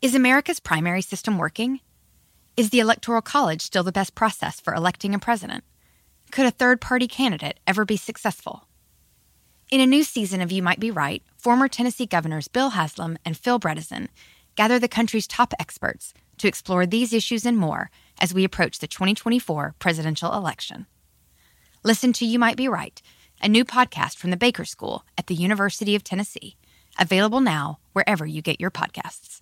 Is America's primary system working? Is the Electoral College still the best process for electing a president? Could a third-party candidate ever be successful? In a new season of You Might Be Right, former Tennessee governors Bill Haslam and Phil Bredesen gather the country's top experts to explore these issues and more as we approach the 2024 presidential election. Listen to You Might Be Right, a new podcast from the Baker School at the University of Tennessee, available now wherever you get your podcasts.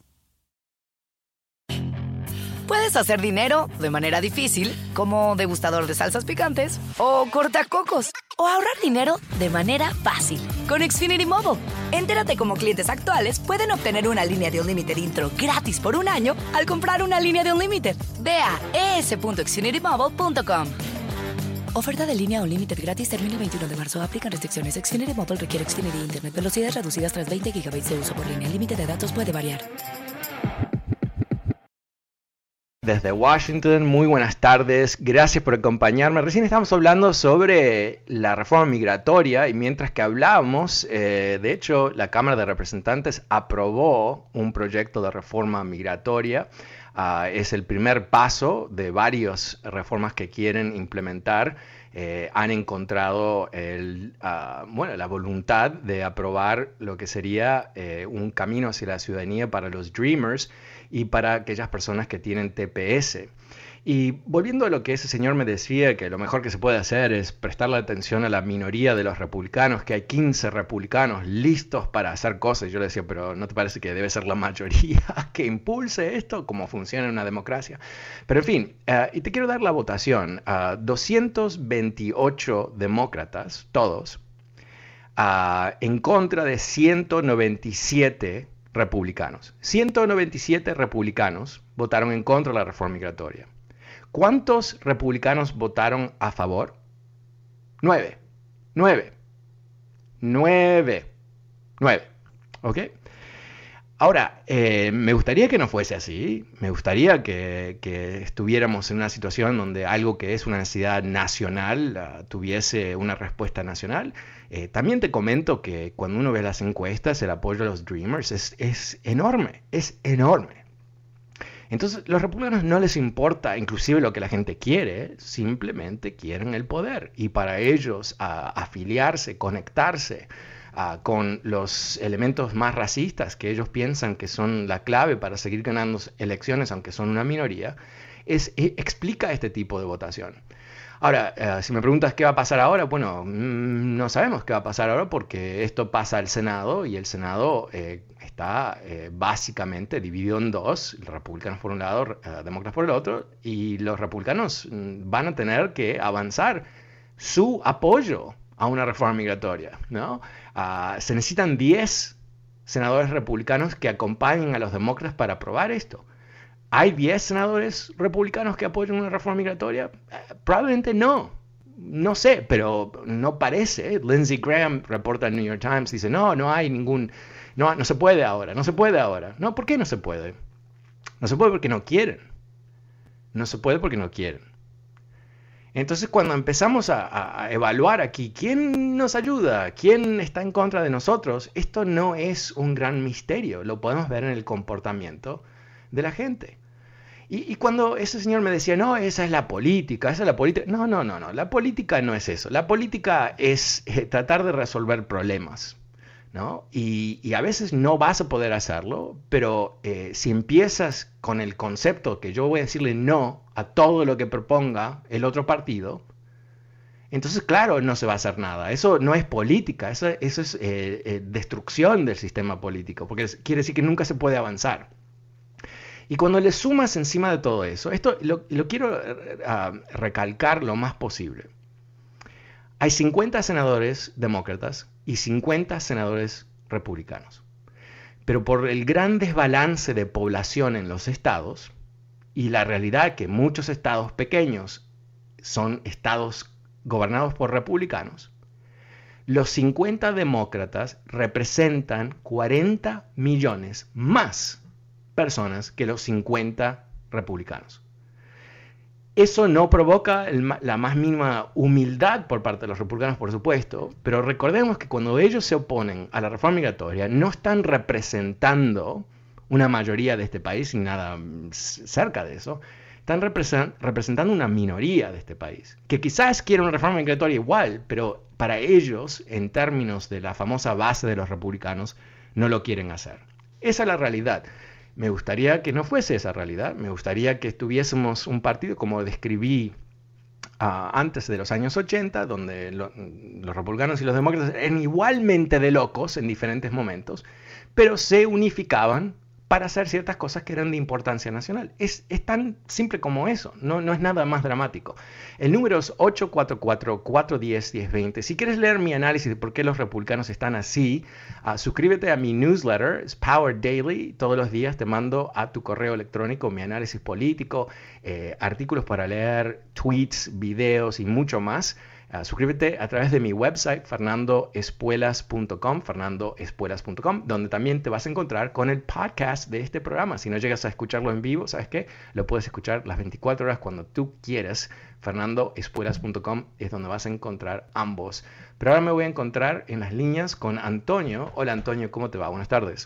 Puedes hacer dinero de manera difícil, como degustador de salsas picantes, o cortacocos, o ahorrar dinero de manera fácil con Xfinity Mobile. Entérate cómo clientes actuales pueden obtener una línea de Unlimited intro gratis por un año al comprar una línea de Unlimited. Ve a es.xfinitymobile.com. Oferta de línea Unlimited gratis termina el 21 de marzo. Aplican restricciones. Xfinity Mobile requiere Xfinity Internet. Velocidades reducidas tras 20 GB de uso por línea. El límite de datos puede variar. Desde Washington, muy buenas tardes, gracias por acompañarme. Recién estábamos hablando sobre la reforma migratoria y mientras que hablábamos, de hecho, la Cámara de Representantes aprobó un proyecto de reforma migratoria. Es el primer paso de varias reformas que quieren implementar. Han encontrado la voluntad de aprobar lo que sería un camino hacia la ciudadanía para los Dreamers y para aquellas personas que tienen TPS. Y volviendo a lo que ese señor me decía, que lo mejor que se puede hacer es prestarle atención a la minoría de los republicanos, que hay 15 republicanos listos para hacer cosas. Yo le decía, pero ¿no te parece que debe ser la mayoría que impulse esto? ¿Cómo funciona en una democracia? Pero en fin, y te quiero dar la votación. 228 demócratas, todos, en contra de 197 republicanos. 197 republicanos votaron en contra de la reforma migratoria. ¿Cuántos republicanos votaron a favor? 9. ¿Ok? Ahora, me gustaría que no fuese así. Me gustaría que estuviéramos en una situación donde algo que es una necesidad nacional tuviese una respuesta nacional. También te comento que cuando uno ve las encuestas, el apoyo a los Dreamers es enorme, Entonces, los republicanos no les importa inclusive lo que la gente quiere, simplemente quieren el poder. Y para ellos afiliarse, conectarse con los elementos más racistas que ellos piensan que son la clave para seguir ganando elecciones, aunque son una minoría, explica este tipo de votación. Ahora, si me preguntas qué va a pasar ahora, bueno, no sabemos qué va a pasar ahora porque esto pasa al Senado y el Senado está básicamente dividido en dos, los republicanos por un lado, demócratas por el otro, y los republicanos van a tener que avanzar su apoyo a una reforma migratoria, ¿no? Se necesitan 10 senadores republicanos que acompañen a los demócratas para aprobar esto. ¿Hay 10 senadores republicanos que apoyan una reforma migratoria? Probablemente no. No sé, pero no parece. Lindsey Graham reporta en New York Times, dice, no hay ningún... No se puede ahora. No, ¿por qué no se puede? No se puede porque no quieren. Entonces, cuando empezamos a evaluar aquí quién nos ayuda, quién está en contra de nosotros, esto no es un gran misterio. Lo podemos ver en el comportamiento de la gente. Y cuando ese señor me decía, no, esa es la política. No, la política no es eso. La política es tratar de resolver problemas, ¿no? Y a veces no vas a poder hacerlo, pero si empiezas con el concepto que yo voy a decirle no a todo lo que proponga el otro partido, entonces, claro, no se va a hacer nada. Eso no es política, eso es destrucción del sistema político, porque quiere decir que nunca se puede avanzar. Y cuando le sumas encima de todo eso, esto lo quiero recalcar lo más posible. Hay 50 senadores demócratas y 50 senadores republicanos. Pero por el gran desbalance de población en los estados y la realidad que muchos estados pequeños son estados gobernados por republicanos, los 50 demócratas representan 40 millones más personas que los 50 republicanos. Eso no provoca la más mínima humildad por parte de los republicanos, por supuesto, pero recordemos que cuando ellos se oponen a la reforma migratoria, no están representando una mayoría de este país y nada cerca de eso, están representando una minoría de este país, que quizás quiere una reforma migratoria igual, pero para ellos, en términos de la famosa base de los republicanos, no lo quieren hacer. Esa es la realidad. Me gustaría que no fuese esa realidad. Me gustaría que tuviésemos un partido, como describí antes de los años 80, donde los republicanos y los demócratas eran igualmente de locos en diferentes momentos, pero se unificaban para hacer ciertas cosas que eran de importancia nacional. Es tan simple como eso, no es nada más dramático. El número es 844-410-1020. Si quieres leer mi análisis de por qué los republicanos están así, suscríbete a mi newsletter, es Power Daily. Todos los días te mando a tu correo electrónico mi análisis político, artículos para leer, tweets, videos y mucho más. Suscríbete a través de mi website fernandoespuelas.com, donde también te vas a encontrar con el podcast de este programa. Si no llegas a escucharlo en vivo, ¿sabes qué? Lo puedes escuchar las 24 horas cuando tú quieras. fernandoespuelas.com es donde vas a encontrar ambos. Pero ahora me voy a encontrar en las líneas con Antonio. Hola Antonio, ¿cómo te va? Buenas tardes.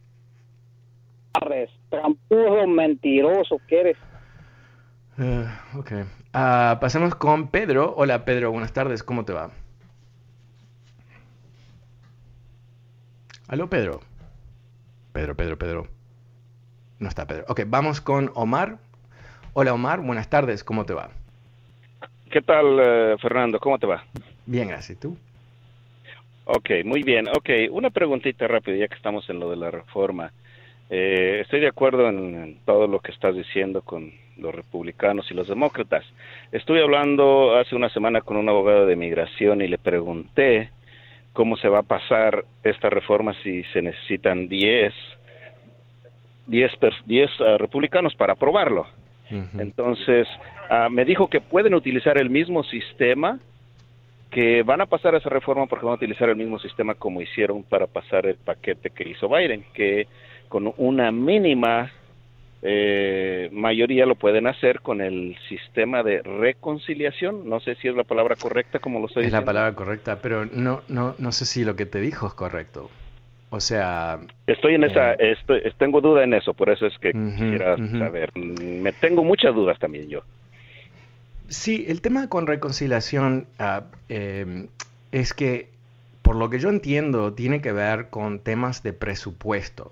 Tramposo, mentiroso que eres. Ok. Pasemos con Pedro. Hola Pedro, buenas tardes, ¿cómo te va? ¿Aló Pedro? Pedro. No está Pedro. Ok, vamos con Omar. Hola Omar, buenas tardes, ¿cómo te va? ¿Qué tal, Fernando? ¿Cómo te va? Bien, gracias. ¿Tú? Ok, muy bien. Ok, una preguntita rápida ya que estamos en lo de la reforma. Estoy de acuerdo en todo lo que estás diciendo con los republicanos y los demócratas. Estuve hablando hace una semana con un abogado de migración y le pregunté cómo se va a pasar esta reforma si se necesitan 10 republicanos para aprobarlo. Uh-huh. Entonces, me dijo que pueden utilizar el mismo sistema, que van a pasar esa reforma porque van a utilizar el mismo sistema como hicieron para pasar el paquete que hizo Biden, que con una mínima mayoría lo pueden hacer con el sistema de reconciliación. No sé si es la palabra correcta como lo estoy diciendo. Es la palabra correcta, pero no sé si lo que te dijo es correcto. O sea... tengo duda en eso, por eso es que quisiera saber. Me tengo muchas dudas también yo. Sí, el tema con reconciliación es que, por lo que yo entiendo, tiene que ver con temas de presupuesto.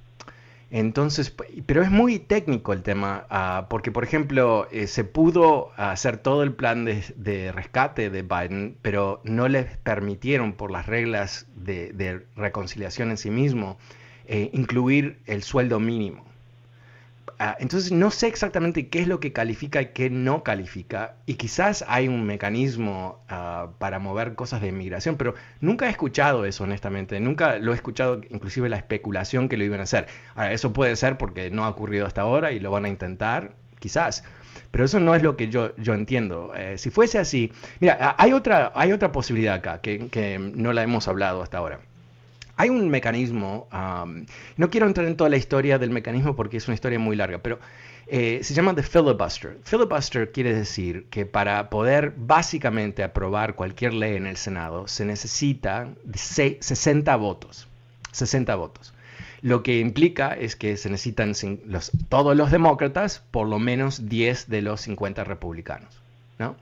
Entonces, pero es muy técnico el tema, porque por ejemplo, se pudo hacer todo el plan de rescate de Biden, pero no les permitieron por las reglas de reconciliación en sí mismo, incluir el sueldo mínimo. Entonces no sé exactamente qué es lo que califica y qué no califica, y quizás hay un mecanismo para mover cosas de inmigración, pero nunca he escuchado eso honestamente, nunca lo he escuchado, inclusive la especulación que lo iban a hacer. Ahora, eso puede ser porque no ha ocurrido hasta ahora y lo van a intentar, quizás, pero eso no es lo que yo entiendo. Si fuese así, mira, hay otra posibilidad acá que no la hemos hablado hasta ahora. Hay un mecanismo, no quiero entrar en toda la historia del mecanismo porque es una historia muy larga, pero se llama the filibuster. Filibuster quiere decir que para poder básicamente aprobar cualquier ley en el Senado se necesita 60 votos. 60 votos. Lo que implica es que se necesitan todos los demócratas, por lo menos 10 de los 50 republicanos, ¿no?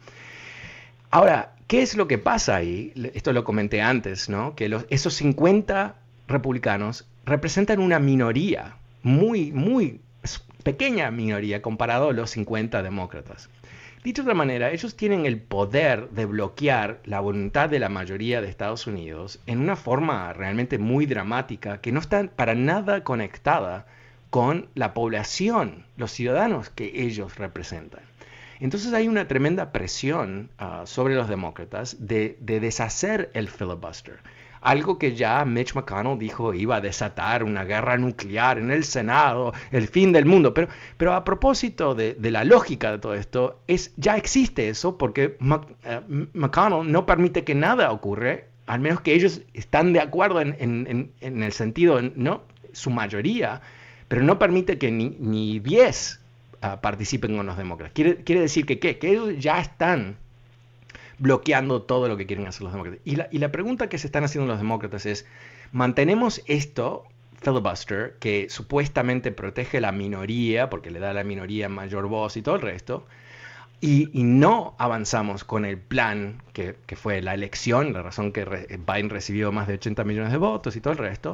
Ahora, ¿qué es lo que pasa ahí? Esto lo comenté antes, ¿no? Que esos 50 republicanos representan una minoría, muy, muy pequeña minoría comparado a los 50 demócratas. Dicho de otra manera, ellos tienen el poder de bloquear la voluntad de la mayoría de Estados Unidos en una forma realmente muy dramática que no está para nada conectada con la población, los ciudadanos que ellos representan. Entonces hay una tremenda presión sobre los demócratas de deshacer el filibuster. Algo que ya Mitch McConnell dijo iba a desatar una guerra nuclear en el Senado, el fin del mundo. Pero a propósito de la lógica de todo esto, ya existe eso porque McConnell no permite que nada ocurra, al menos que ellos están de acuerdo en el sentido, ¿no? Su mayoría, pero no permite que ni 10 participen con los demócratas. Quiere decir que ellos ya están bloqueando todo lo que quieren hacer los demócratas. Y la pregunta que se están haciendo los demócratas es, ¿mantenemos esto filibuster que supuestamente protege a la minoría, porque le da a la minoría mayor voz y todo el resto, y no avanzamos con el plan que fue la elección, la razón que Biden recibió más de 80 millones de votos y todo el resto,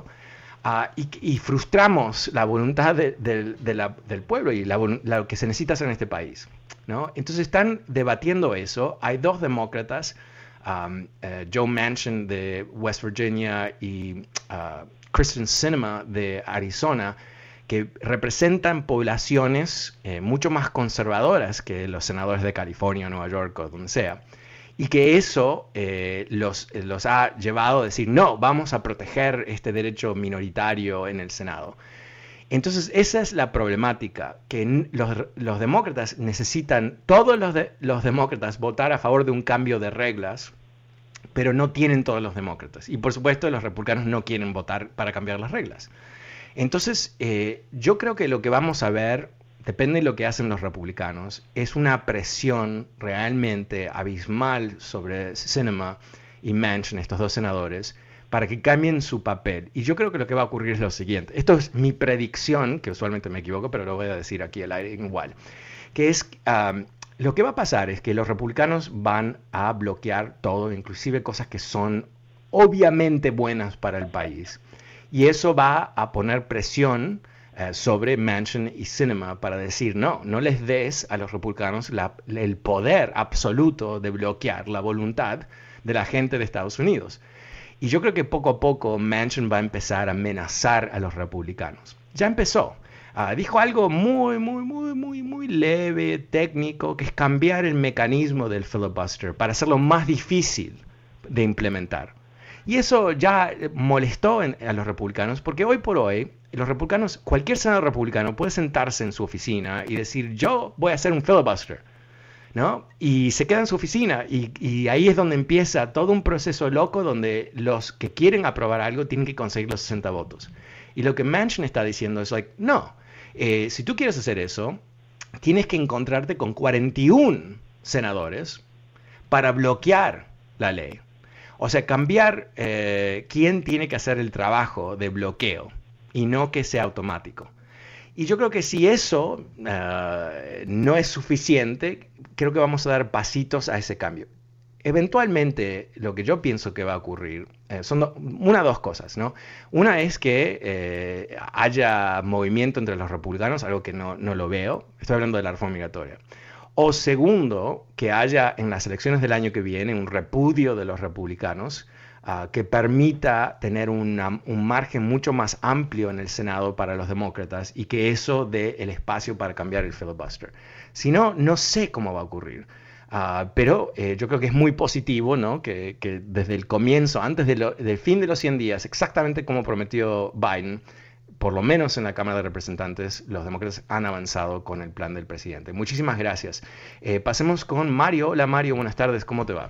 y frustramos la voluntad del pueblo y lo que se necesita hacer en este país, ¿no? Entonces están debatiendo eso. Hay dos demócratas, Joe Manchin de West Virginia y Kyrsten Sinema de Arizona, que representan poblaciones mucho más conservadoras que los senadores de California, Nueva York o donde sea, y que eso los ha llevado a decir, no, vamos a proteger este derecho minoritario en el Senado. Entonces esa es la problemática, que los demócratas necesitan, todos los demócratas votar a favor de un cambio de reglas, pero no tienen todos los demócratas. Y por supuesto los republicanos no quieren votar para cambiar las reglas. Entonces, yo creo que lo que vamos a ver, depende de lo que hacen los republicanos, es una presión realmente abismal sobre Sinema y Manchin, estos dos senadores, para que cambien su papel. Y yo creo que lo que va a ocurrir es lo siguiente. Esto es mi predicción, que usualmente me equivoco, pero lo voy a decir aquí al aire igual, que es... lo que va a pasar es que los republicanos van a bloquear todo, inclusive cosas que son obviamente buenas para el país. Y eso va a poner presión sobre Manchin y Sinema para decir, no les des a los republicanos el poder absoluto de bloquear la voluntad de la gente de Estados Unidos. Y yo creo que poco a poco Manchin va a empezar a amenazar a los republicanos. Ya empezó. Dijo algo muy leve, técnico, que es cambiar el mecanismo del filibuster para hacerlo más difícil de implementar. Y eso ya molestó a los republicanos, porque hoy por hoy, los republicanos, cualquier senador republicano puede sentarse en su oficina y decir, yo voy a hacer un filibuster, ¿no? Y se queda en su oficina, y ahí es donde empieza todo un proceso loco donde los que quieren aprobar algo tienen que conseguir los 60 votos. Y lo que Manchin está diciendo es, no, si tú quieres hacer eso, tienes que encontrarte con 41 senadores para bloquear la ley. O sea, cambiar quién tiene que hacer el trabajo de bloqueo y no que sea automático. Y yo creo que si eso no es suficiente, creo que vamos a dar pasitos a ese cambio. Eventualmente, lo que yo pienso que va a ocurrir son dos cosas, ¿no? Una es que haya movimiento entre los republicanos, algo que no lo veo. Estoy hablando de la reforma migratoria. O segundo, que haya en las elecciones del año que viene un repudio de los republicanos que permita tener un margen mucho más amplio en el Senado para los demócratas y que eso dé el espacio para cambiar el filibuster. Si no, no sé cómo va a ocurrir. Pero yo creo que es muy positivo, ¿no? que desde el comienzo, antes del fin de los 100 días, exactamente como prometió Biden, por lo menos en la Cámara de Representantes, los demócratas han avanzado con el plan del presidente. Muchísimas gracias. Pasemos con Mario. Hola Mario, buenas tardes, ¿cómo te va?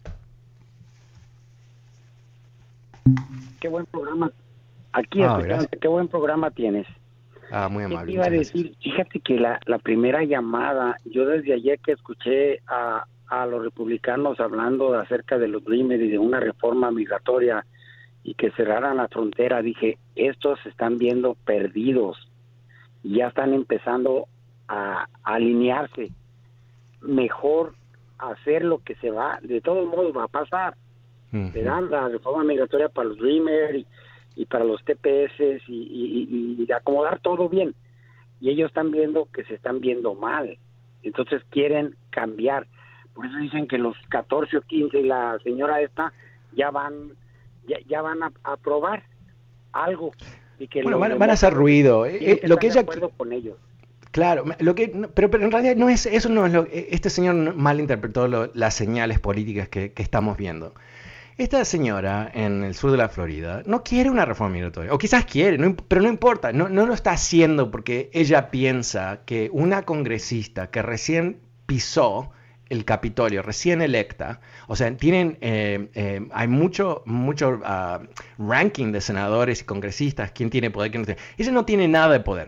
Qué buen programa. Aquí escuchándote, qué buen programa tienes. Muy amable. ¿Qué te iba a decir? Fíjate que la primera llamada, yo desde ayer que escuché a los republicanos hablando acerca de los Dreamers y de una reforma migratoria y que cerraran la frontera, dije, estos se están viendo perdidos, ya están empezando a alinearse, mejor hacer lo que se va, de todos modos va a pasar, le dan la reforma migratoria para los Dreamers y para los TPS y acomodar todo bien, y ellos están viendo que se están viendo mal, entonces quieren cambiar, por eso dicen que los 14 o 15 y la señora esta ya van a aprobar algo y que bueno, van a hacer ruido. Lo que ella con ellos. Claro, pero en realidad no es eso, no es lo este señor malinterpretó las señales políticas que estamos viendo. Esta señora en el sur de la Florida no quiere una reforma migratoria, o quizás quiere, pero no importa, no lo está haciendo porque ella piensa que una congresista que recién pisó el Capitolio, recién electa, o sea, hay mucho ranking de senadores y congresistas, quién tiene poder, quién no tiene. Ella no tiene nada de poder.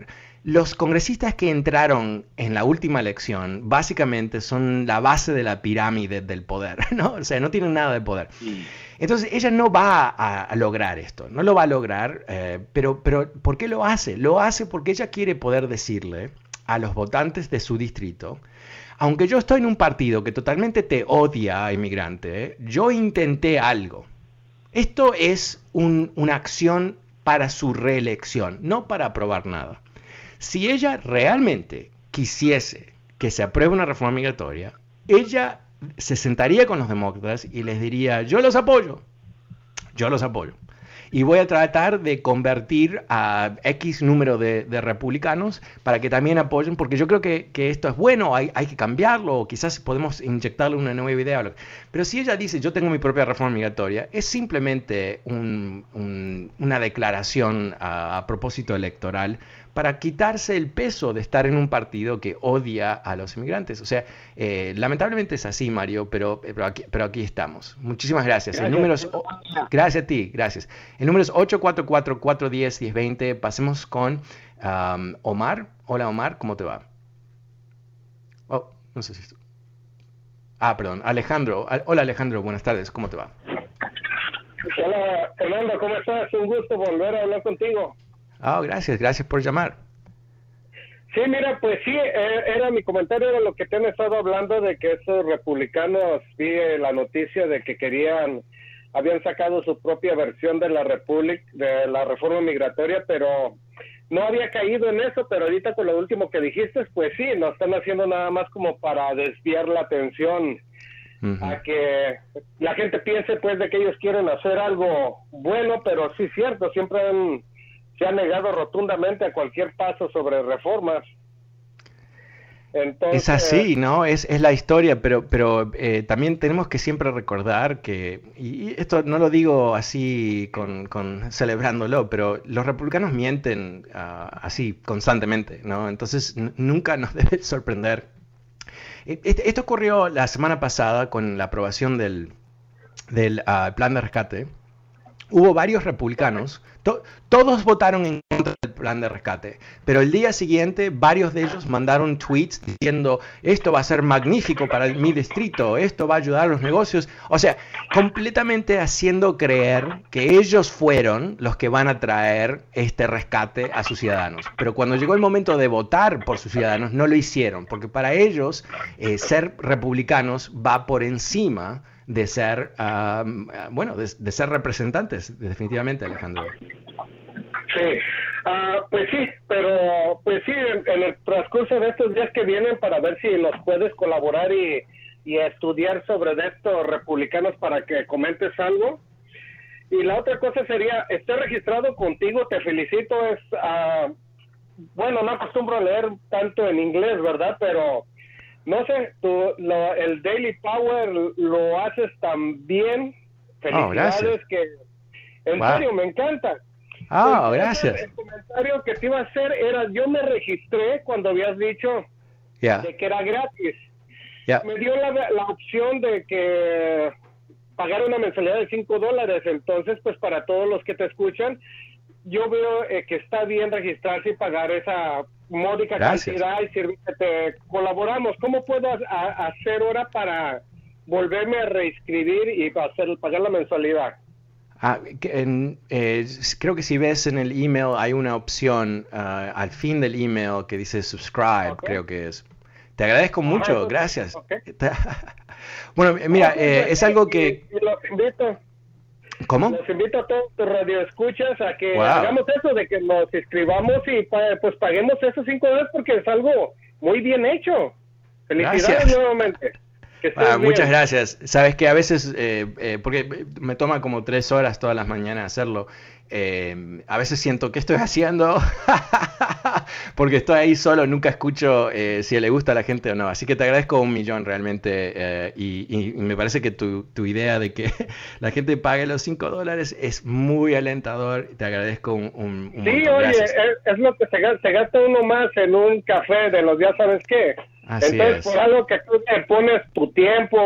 Los congresistas que entraron en la última elección básicamente son la base de la pirámide del poder, ¿no? O sea, no tienen nada de poder. Entonces ella no va a lograr esto, no lo va a lograr, pero ¿por qué lo hace? Lo hace porque ella quiere poder decirle a los votantes de su distrito: aunque yo estoy en un partido que totalmente te odia, inmigrante, yo intenté algo. Esto es una acción para su reelección, no para aprobar nada. Si ella realmente quisiese que se apruebe una reforma migratoria, ella se sentaría con los demócratas y les diría: yo los apoyo, y voy a tratar de convertir a X número de republicanos para que también apoyen, porque yo creo que esto es bueno, hay que cambiarlo, o quizás podemos inyectarle una nueva idea. Pero si ella dice: yo tengo mi propia reforma migratoria, es simplemente una declaración a propósito electoral para quitarse el peso de estar en un partido que odia a los inmigrantes. O sea, lamentablemente es así, Mario, pero aquí estamos. Muchísimas gracias. El número es, gracias a ti, gracias. El número es 844-410-1020. Pasemos con Omar. Hola, Omar, ¿cómo te va? Oh, no sé si... perdón, Alejandro. Hola, Alejandro, buenas tardes, ¿cómo te va? Hola, Fernando, ¿cómo estás? Un gusto volver a hablar contigo. Gracias por llamar. Sí, mira, pues sí, era mi comentario de lo que te han estado hablando, de que esos republicanos, vi la noticia de que habían sacado su propia versión de la reforma migratoria, pero no había caído en eso. Pero ahorita con lo último que dijiste, pues sí, lo están haciendo nada más como para desviar la atención a que la gente piense pues de que ellos quieren hacer algo bueno, pero sí, cierto, siempre se ha negado rotundamente a cualquier paso sobre reformas. Entonces, es así, ¿no? Es la historia, pero también tenemos que siempre recordar que, y esto no lo digo así celebrándolo, pero los republicanos mienten así constantemente, ¿no? Entonces nunca nos debe sorprender. Esto ocurrió la semana pasada con la aprobación del plan de rescate. Hubo varios republicanos, todos votaron en contra del plan de rescate, pero el día siguiente varios de ellos mandaron tweets diciendo: esto va a ser magnífico para mi distrito, esto va a ayudar a los negocios. O sea, completamente haciendo creer que ellos fueron los que van a traer este rescate a sus ciudadanos. Pero cuando llegó el momento de votar por sus ciudadanos, no lo hicieron, porque para ellos ser republicanos va por encima de ser, de ser representantes, definitivamente, Alejandro. Sí, pues sí, pero pues sí, en el transcurso de estos días que vienen, para ver si nos puedes colaborar y estudiar sobre estos republicanos para que comentes algo. Y la otra cosa sería, estoy registrado contigo, te felicito, no acostumbro a leer tanto en inglés, ¿verdad? Pero no sé, el Daily Power lo haces tan bien. Felicidades, que en serio me encanta. Gracias. El comentario que te iba a hacer era: yo me registré cuando habías dicho de que era gratis. Me dio la opción de que pagar una mensualidad de $5. Entonces, pues para todos los que te escuchan, yo veo que está bien registrarse y pagar esa módica cantidad, y te colaboramos. ¿Cómo puedo hacer ahora para volverme a reinscribir y pagar la mensualidad? Creo que si ves en el email hay una opción al fin del email que dice subscribe, creo que es. Te agradezco mucho, gracias. Bueno, mira, es algo que... Y los invito. ¿Cómo? Los invito a todos tus radioescuchas a que hagamos eso, de que nos inscribamos y pues paguemos esos $5, porque es algo muy bien hecho. Felicidades nuevamente. Muchas gracias. Sabes que a veces, porque me toma como 3 horas todas las mañanas hacerlo, a veces siento que estoy haciendo porque estoy ahí solo, nunca escucho si le gusta a la gente o no. Así que te agradezco 1,000,000 realmente, y me parece que tu idea de que la gente pague los $5 es muy alentador. Te agradezco un sí, montón. Oye, es lo que se gasta uno más en un café de los días, ¿sabes qué? Así entonces, es. Por algo que tú te pones tu tiempo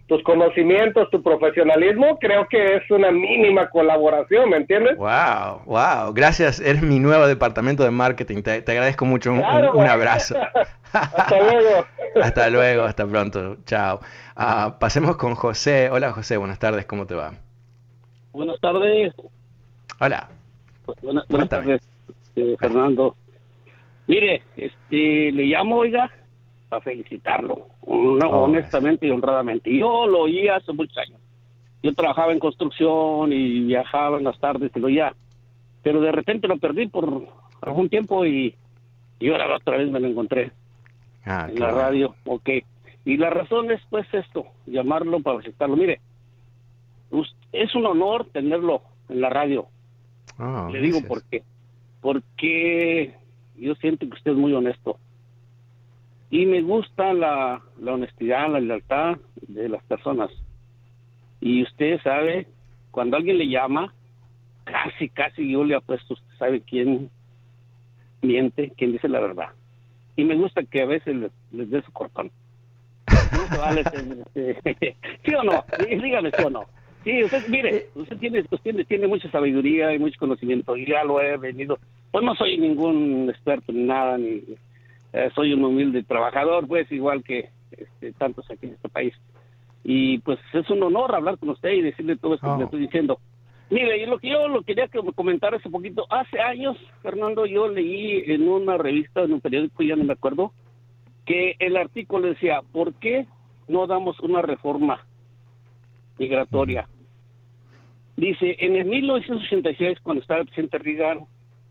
tus conocimientos, tu profesionalismo, creo que es una mínima colaboración, ¿me entiendes? Wow, wow, gracias, eres mi nuevo departamento de marketing, te agradezco mucho, Claro, un abrazo. Hasta luego. Hasta luego, hasta pronto, chao. Pasemos con José. Hola José, buenas tardes, ¿cómo te va? Buenas tardes. Hola. Buenas tardes, Fernando. Mire, le llamo, oiga, para felicitarlo, honestamente y honradamente. Yo lo oí hace muchos años. Yo trabajaba en construcción y viajaba en las tardes y lo oía, pero de repente lo perdí por algún tiempo y ahora otra vez me lo encontré en la radio. Ok. Y la razón es pues esto, llamarlo para felicitarlo. Mire, es un honor tenerlo en la radio. Le digo por qué. Porque yo siento que usted es muy honesto. Y me gusta la honestidad, la lealtad de las personas. Y usted sabe, cuando alguien le llama, casi yo le apuesto, usted sabe quién miente, quién dice la verdad. Y me gusta que a veces les dé su cortón. No se vale, ¿sí o no? Dígame sí o no. Sí, usted, mire, usted tiene mucha sabiduría y mucho conocimiento, y ya lo he venido. Pues no soy ningún experto ni nada, ni soy un humilde trabajador, pues igual que tantos aquí en este país. Y pues es un honor hablar con usted y decirle todo esto que le estoy diciendo. Mire, lo quería que me comentara hace poquito. Hace años, Fernando, yo leí en una revista, en un periódico, ya no me acuerdo, que el artículo decía, ¿por qué no damos una reforma migratoria? Dice, en el 1986, cuando estaba el presidente Reagan,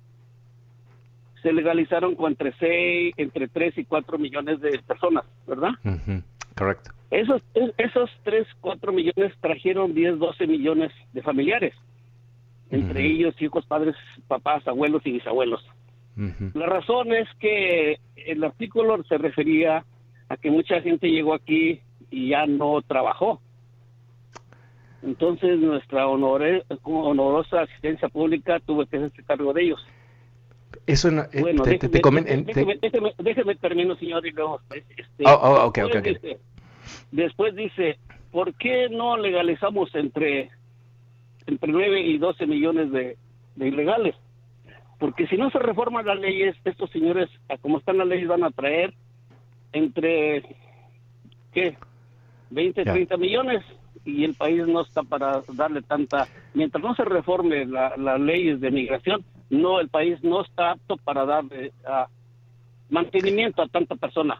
se legalizaron con entre 3 y 4 millones de personas, ¿verdad? Correcto. Esos 3, 4 millones trajeron 10, 12 millones de familiares, entre ellos hijos, padres, papás, abuelos y bisabuelos. La razón es que el artículo se refería a que mucha gente llegó aquí y ya no trabajó. Entonces nuestra honorosa asistencia pública tuvo que hacerse cargo de ellos. Eso no, bueno, déjeme termino, señor, y luego okay. Después dice, ¿por qué no legalizamos entre 9 y 12 millones de ilegales? Porque si no se reforman las leyes, estos señores, como están las leyes, van a traer entre 20, 30 millones, y el país no está para darle tanta. Mientras no se reforme las leyes de migración, el país no está apto para darle mantenimiento a tanta persona.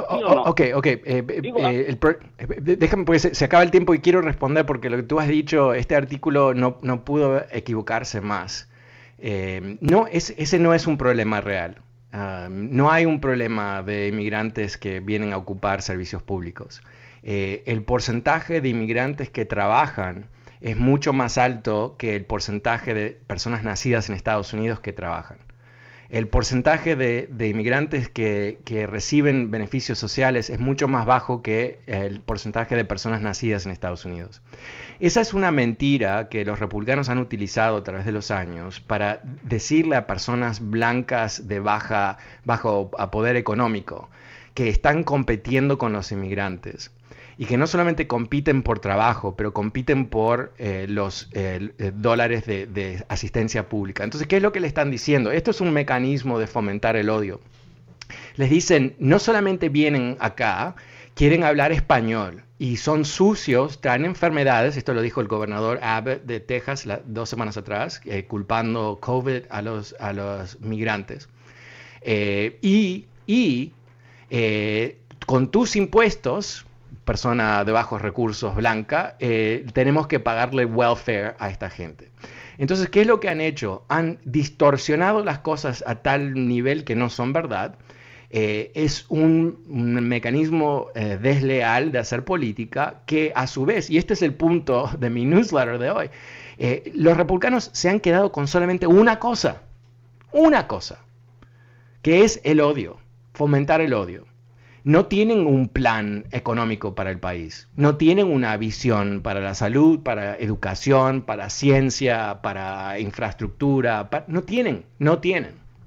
Déjame, porque se acaba el tiempo y quiero responder, porque lo que tú has dicho, este artículo no pudo equivocarse más. Ese no es un problema real. No hay un problema de inmigrantes que vienen a ocupar servicios públicos. El porcentaje de inmigrantes que trabajan es mucho más alto que el porcentaje de personas nacidas en Estados Unidos que trabajan. El porcentaje de inmigrantes que reciben beneficios sociales es mucho más bajo que el porcentaje de personas nacidas en Estados Unidos. Esa es una mentira que los republicanos han utilizado a través de los años para decirle a personas blancas de bajo poder económico que están compitiendo con los inmigrantes. Y que no solamente compiten por trabajo, pero compiten por los dólares de asistencia pública. Entonces, ¿qué es lo que le están diciendo? Esto es un mecanismo de fomentar el odio. Les dicen, no solamente vienen acá, quieren hablar español y son sucios, traen enfermedades. Esto lo dijo el gobernador Abbott de Texas 2 semanas atrás, culpando COVID a los migrantes. Con tus impuestos, persona de bajos recursos blanca, tenemos que pagarle welfare a esta gente. Entonces, ¿qué es lo que han hecho? Han distorsionado las cosas a tal nivel que no son verdad. Es un mecanismo desleal de hacer política que, a su vez, y este es el punto de mi newsletter de hoy, los republicanos se han quedado con solamente una cosa, que es el odio, fomentar el odio. No tienen un plan económico para el país, no tienen una visión para la salud, para educación, para ciencia, para infraestructura, no tienen.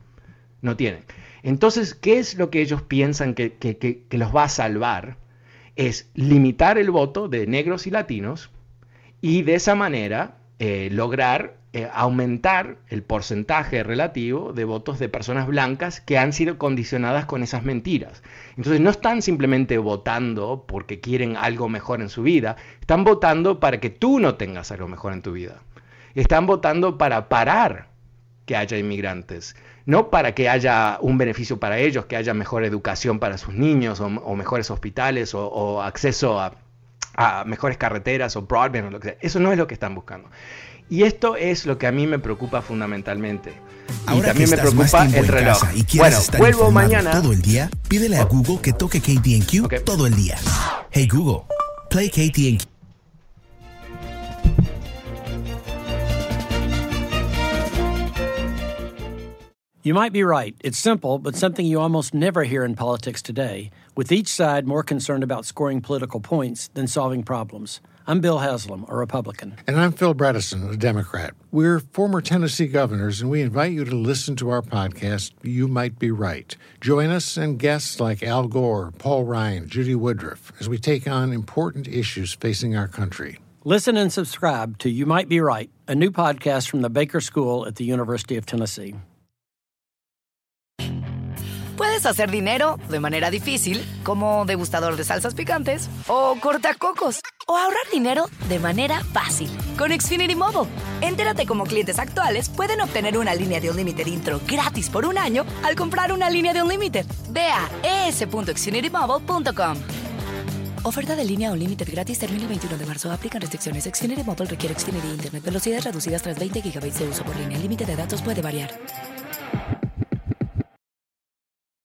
Entonces, ¿qué es lo que ellos piensan que los va a salvar? es limitar el voto de negros y latinos y de esa manera lograr aumentar el porcentaje relativo de votos de personas blancas que han sido condicionadas con esas mentiras. Entonces no están simplemente votando porque quieren algo mejor en su vida, están votando para que tú no tengas algo mejor en tu vida. Están votando para parar que haya inmigrantes, no para que haya un beneficio para ellos, que haya mejor educación para sus niños o mejores hospitales o acceso a mejores carreteras o broadband o lo que sea. Eso no es lo que están buscando. Y esto es lo que a mí me preocupa fundamentalmente. Ahora y también me preocupa el reloj. Bueno, vuelvo mañana. Todo el día, pídele a Google que toque KTNQ todo el día. Hey Google, play KTNQ. You might be right. It's simple, but something you almost never hear in politics today, with each side more concerned about scoring political points than solving problems. I'm Bill Haslam, a Republican. And I'm Phil Bredesen, a Democrat. We're former Tennessee governors, and we invite you to listen to our podcast, You Might Be Right. Join us and guests like Al Gore, Paul Ryan, Judy Woodruff, as we take on important issues facing our country. Listen and subscribe to You Might Be Right, a new podcast from the Baker School at the University of Tennessee. Puedes hacer dinero de manera difícil, como degustador de salsas picantes, o cortacocos, o ahorrar dinero de manera fácil con Xfinity Mobile. Entérate cómo clientes actuales pueden obtener una línea de Unlimited intro gratis por un año al comprar una línea de Unlimited. Ve a es.xfinitymobile.com. Oferta de línea Unlimited gratis termina el 21 de marzo. Aplican restricciones. Xfinity Mobile requiere Xfinity Internet. Velocidades reducidas tras 20 GB de uso por línea. El límite de datos puede variar.